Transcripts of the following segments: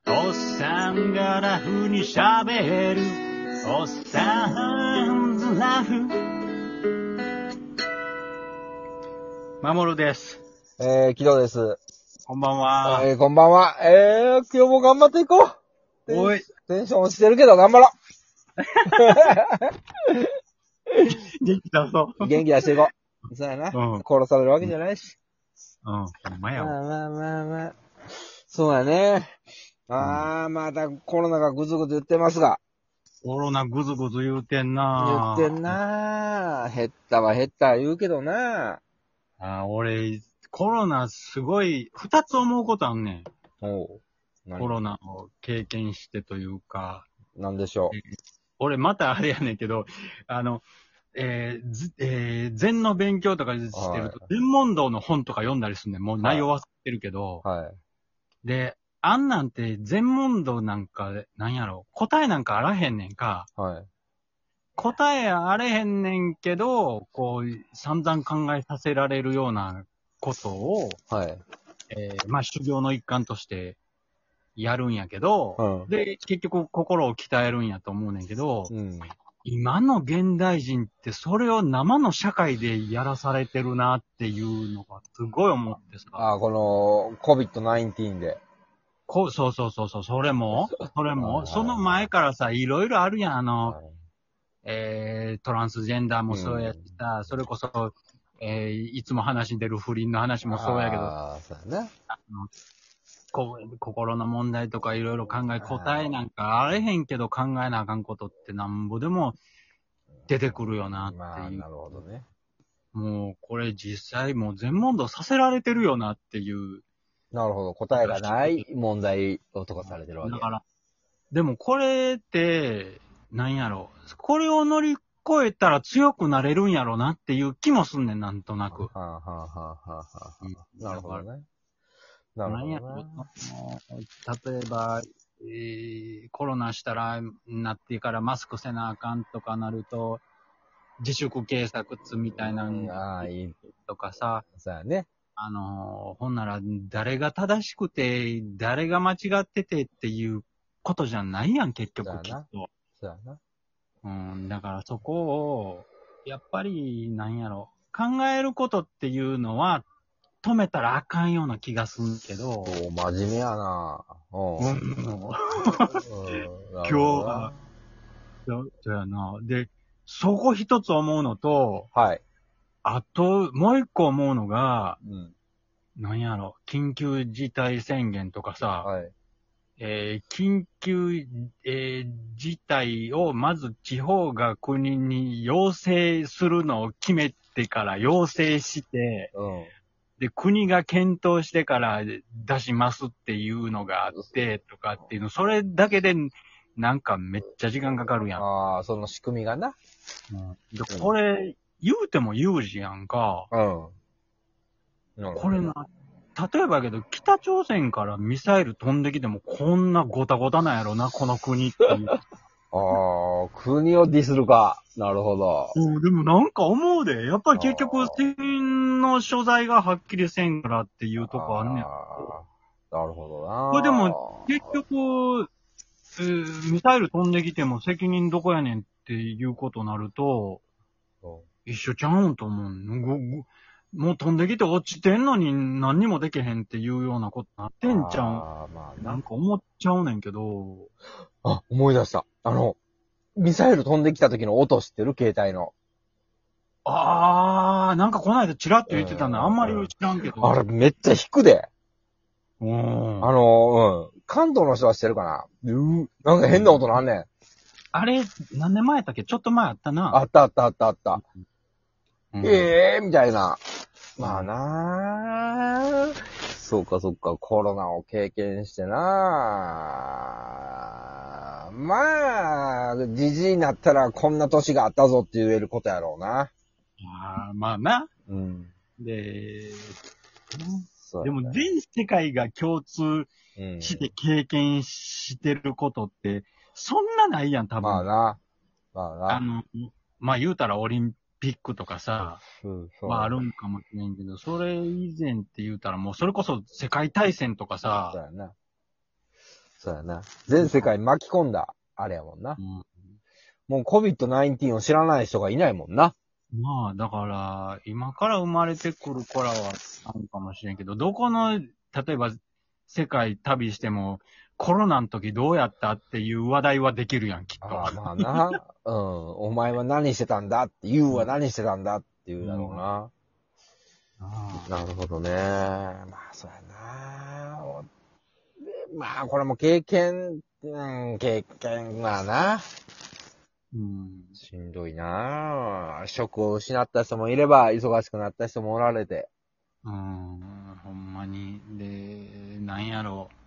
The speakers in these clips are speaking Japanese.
おっさんがラフに喋るおっさんずラフ。守です。 木戸です。 こんばんは。 こんばんは。今日も頑張っていこう。 おい。 テンション落ちてるけど頑張ろ元気出そう。 元気出していこう。そうやな。 うん。 殺されるわけじゃないし。 うん、ほんまやわ。 まあ。そうやね。またコロナがぐずぐず言ってますが。 コロナぐずぐず言うてんな言ってんな減った言うけどな俺、コロナすごい、二つ思うことあんねん。 おう。 コロナを経験してというか。 なんでしょ俺またあれやねんけど、禅の勉強とかしてると、禅問答の本とか読んだりすんねん。もう内容忘れてるけど。 はい。 で、あんなんて禅問答なんか、なんやろ、答えなんかあらへんねんか。 はい。 答えあれへんねんけど、こう、散々考えさせられるようなことを、 はい。 まあ修行の一環としてやるんやけど、 うん。 で、結局心を鍛えるんやと思うねんけど、 うん。 今の現代人ってそれを生の社会でやらされてるなっていうのがすごい思ってさ。 この、COVID-19 で。 そう、それも、その前からさ、いろいろあるやん、トランスジェンダーもそうやしさ、それこそ、いつも話に出る不倫の話もそうやけど、 そうやね。 心の問題とかいろいろ考え、答えなんかあれへんけど考えなあかんことってなんぼでも出てくるよなっていう。 なるほどね。 もう、これ実際もう全問答させられてるよなっていう。 なるほど。答えがない問題をとかされてるわけ。 だから、でもこれって、なんやろ。これを乗り越えたら強くなれるんやろなっていう気もすんねん、なんとなく。 なるほどね。 なんやろ。例えば、コロナしたら、なってからマスクせなあかんとかなると、自粛警察みたいなのとかさ、 そうやね。 ほんなら、誰が正しくて、誰が間違っててっていうことじゃないやん、結局、きっと。 そうやな。 だからそこを、やっぱり、なんやろ、考えることっていうのは、止めたらあかんような気がするけど。 真面目やな今日は、そうやな。で、そこ一つ思うのと、 はい。 あと、もう一個思うのが、なんやろ、緊急事態宣言とかさ、 はい。 緊急、事態をまず地方が国に要請するのを決めてから要請して、で、国が検討してから出しますっていうのがあってとかっていうの、それだけでなんかめっちゃ時間かかるやん。 その仕組みがな。 で、これ、言うても有事やんか。これな、例えばやけど、北朝鮮からミサイル飛んできてもこんなゴタゴタなんやろな、この国っていう。 国をディスるか。なるほど。 でもなんか思うで。やっぱり結局、責任の所在がはっきりせんからっていうとこあんねん。 なるほどな。 これでも、結局、ミサイル飛んできても責任どこやねんっていうことになると、一緒ちゃうんと思う。もう飛んできて落ちてんのに何にもできへんっていうようなことなってんちゃうん。なんか思っちゃうねんけど。 思い出した。ミサイル飛んできた時の音知ってる？携帯の。 なんかこないだチラッと言ってたのあんまり知らんけど。 あれめっちゃ引くで。 関東の人は知ってるかな？なんか変な音なんねん。 あれ、何年前やったっけ？ちょっと前あったな。 あった。みたいな。まあなぁ。そうか、コロナを経験してなぁ。まあ、じじいになったらこんな年があったぞって言えることやろうな。 まあな。でも全世界が共通して経験してることって、そんなないやん、多分。まあ言うたらオリンピックとかさ、あるんかもしれんけど、それ以前って言うたらもうそれこそ世界大戦とかさ、 そうやな。全世界巻き込んだ、あれやもんな。 うん、 もう COVID-19 を知らない人がいないもんな。 まあ、だから、今から生まれてくる子らはあるかもしれんけど、どこの、例えば、世界旅しても、コロナの時どうやったっていう話題はできるやん、きっと。 ああ、まあな。うん。お前は何してたんだって、ユウは何してたんだっていうだろうな。 ああなるほどね。まあ、そうやな。まあ、これも経験、経験はな。 うん。 しんどいな。職を失った人もいれば、忙しくなった人もおられて。 うん、ほんまに。で、なんやろう。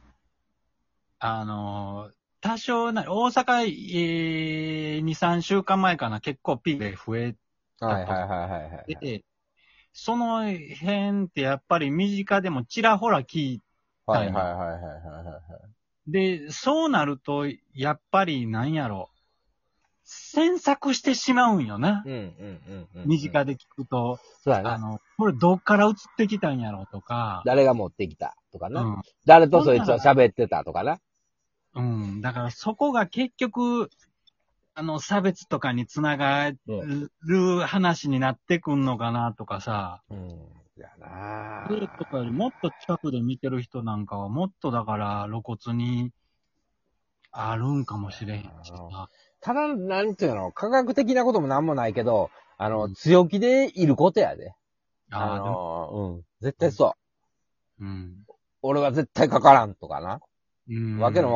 多少な、大阪、2、3週間前かな、結構ピークで増えたと。 はいはいはいはいはい。 で、その辺ってやっぱり身近でもちらほら聞いはいはいたんや。 はいはいはいはい。 で、そうなると、やっぱりなんやろ。詮索してしまうんよな。 うんうんうんうん。 身近で聞くと、 そうやな。 これどっから移ってきたんやろとか、 誰が持ってきたとかな。 うん。 誰とそいつはほんなら、 喋ってたとかな。 うん。だからそこが結局、差別とかにつながうん。 る話になってくんのかなとかさ、 うん。やなそれとかよりもっと近くで見てる人なんかはもっとだから露骨にあるんかもしれへんしさ。 ただ、なんていうの、科学的なこともなんもないけど、 うん、 強気でいることやで。 ああ、でも、 絶対そう。 うん。 俺は絶対かからんとかな。 うん。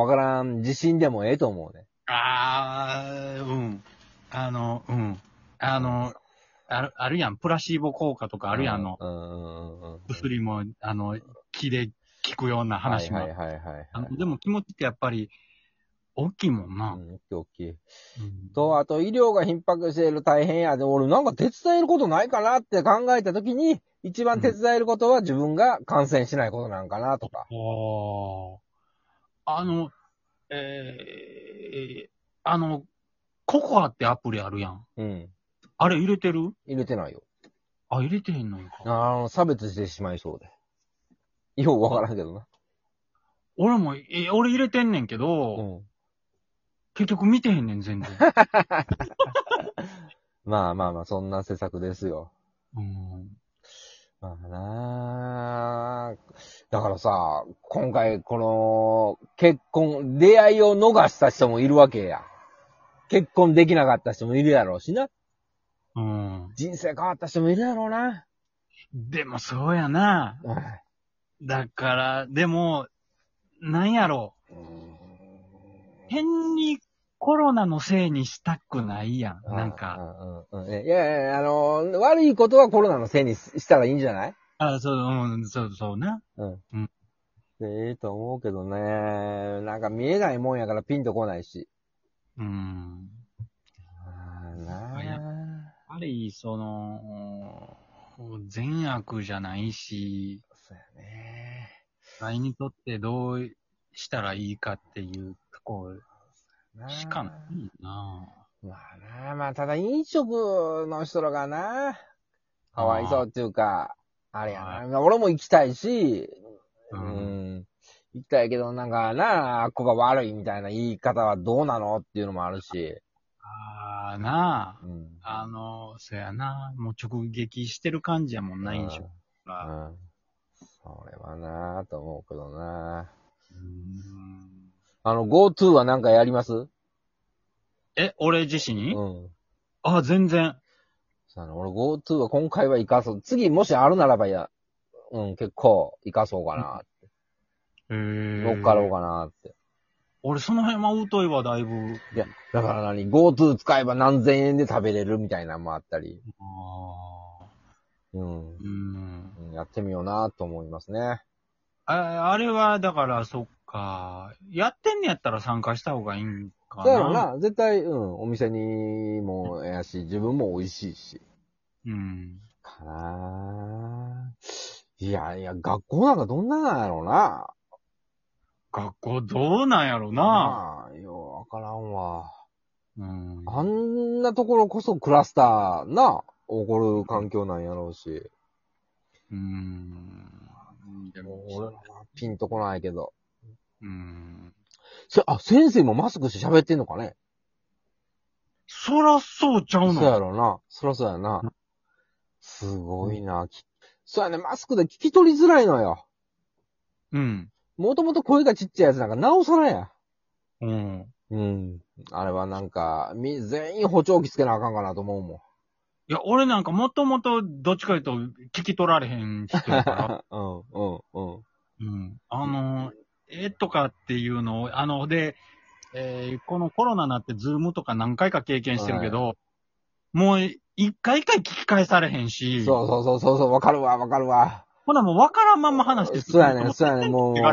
わけのわからん自信でもええと思うね。 ああ、うん。うん。 うん。 あるやん。プラシーボ効果とかあるやん。 うん。 薬も、気で効くような話も。 はいはいはいはいはい。 でも気持ちってやっぱり大きいもんな。 大きい。 うん。 と、あと医療が逼迫している大変やで、俺なんか手伝えることないかなって考えたときに、一番手伝えることは自分が感染しないことなんかなとか。 ああ。えー、あの、ココアってアプリあるやん。 うん。 あれ入れてる？ 入れてないよ。 あ、入れてへんのんか。 差別してしまいそうで。ようわかあ、 らんけどな。 俺入れてんねんけど、 うん。 結局見てへんねん、全然。 まあまあまあ、そんな施策ですよ。 うん。 まあなあ。だからさ、今回この出会いを逃した人もいるわけや。結婚できなかった人もいるやろうしな。 うん。 人生変わった人もいるやろうな。 でもそうやな。だから、でも、なんやろ。変にコロナのせいにしたくないやん。なんか。 いやいや、悪いことはコロナのせいにしたらいいんじゃない？ あ、そう、うん、そうな。 うん。 うん。 で、いいと思うけどね。なんか見えないもんやからピンとこないし。 うん。 ああ、 やっなあ。 ぱり、善悪じゃないし、 そうやね。 互いにとってどうしたらいいかっていうとこなしかなあ。 いな。 まあなあ、まあただ飲食の人らがな、かわいそあうっていうか、あれやあ、 な。俺も行きたいし、 うん。 行きたいけどなんかなあ、あっこが悪いみたいな言い方はどうなのっていうのもあるし。 ああ、なうん。 あ。そやな。もう直撃してる感じやもんな、飲食が。 うん。それはなあと思うけどな。 うん。 GoTo はなんかやります？ 俺自身？ うん。 あ、全然。 俺 GoTo は今回は生かそう。次もしあるならば結構生かそうかな。 へ乗っかろうえ。 かなって。 俺その辺は疎いわ、だいぶ。 いや、だからGoTo 使えば何千円で食べれるみたいなのもあったり。 ああ。 うん。 うん。 やってみようなと思いますね。 あれは、だから、そっか。やってんねやったら参加した方がいいんかな。 そうやろな。絶対、お店にもやし、自分も美味しいし。 うん。 かなぁ。いやいや、学校なんかどんななんやろうな。 学校どうなんやろな。 なあ、ようわからんわ。 うん。 あんなところこそクラスターな、起こる環境なんやろうし。 うん。でも、 俺らはピンとこないけど。 うん。 先生もマスクして喋ってんのかね？ そらそうちゃうそうやの？ ろな。そらそうやな。すごいな。そうやね、マスクで聞き取りづらいのよ。 うん。 もともと声がちっちゃいやつなんかなおさらや。 うん。 うん。あれはなんか、全員補聴器つけなあかんかなと思うもん。 いや、俺なんかもともとどっちかいうと聞き取られへん人やから。 うん、うん、うん。 うん。絵とかっていうのを、このコロナになってズームとか何回か経験してるけど、もう一回一回聞き返されへんし、 そうそうそうそう、わかるわ、わかるわ。 ほなもう分からんまんま話してそうやね、そうやね、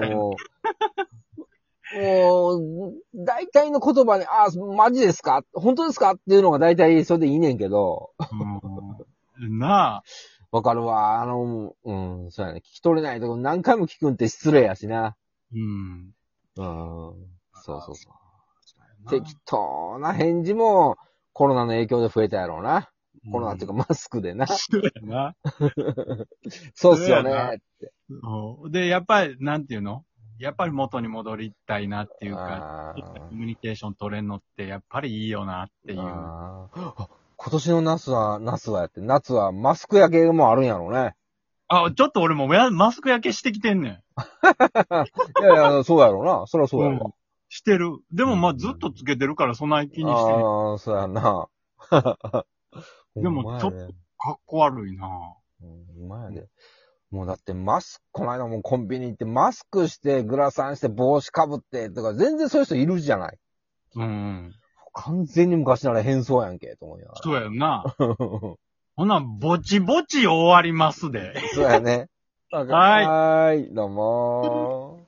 大体の言葉に、マジですか本当ですかっていうのが大体それでいいねんけど。 なあ。 わかるわ。そうやね。聞き取れないとこ何回も聞くんって失礼やしな。 うん。 そうそうそう。適当な返事もコロナの影響で増えたやろうな。コロナっていうかマスクでな。 そうやな。 そうっすよねって。 で、やっぱり、なんていうの？やっぱり元に戻りたいなっていうか、コミュニケーション取れんのってやっぱりいいよなっていう。 今年の夏はやって、夏はマスク焼けもあるんやろうね。 ちょっと俺もマスク焼けしてきてんねん。 いやいや、そうやろうな。そりゃそうやろ。 してる。でもずっとつけてるからそんな気にしてない。 そうやな。 でもちょっとかっこ悪いな。 前で。もうだってこの間もコンビニ行ってマスクしてグラサンして帽子かぶってとか全然そういう人いるじゃない。完全に昔なら変装やんけ、と思いながら。 そうやんな。ほな、ぼちぼち終わりますで。 そうやね。 はい。 はい、どうもー。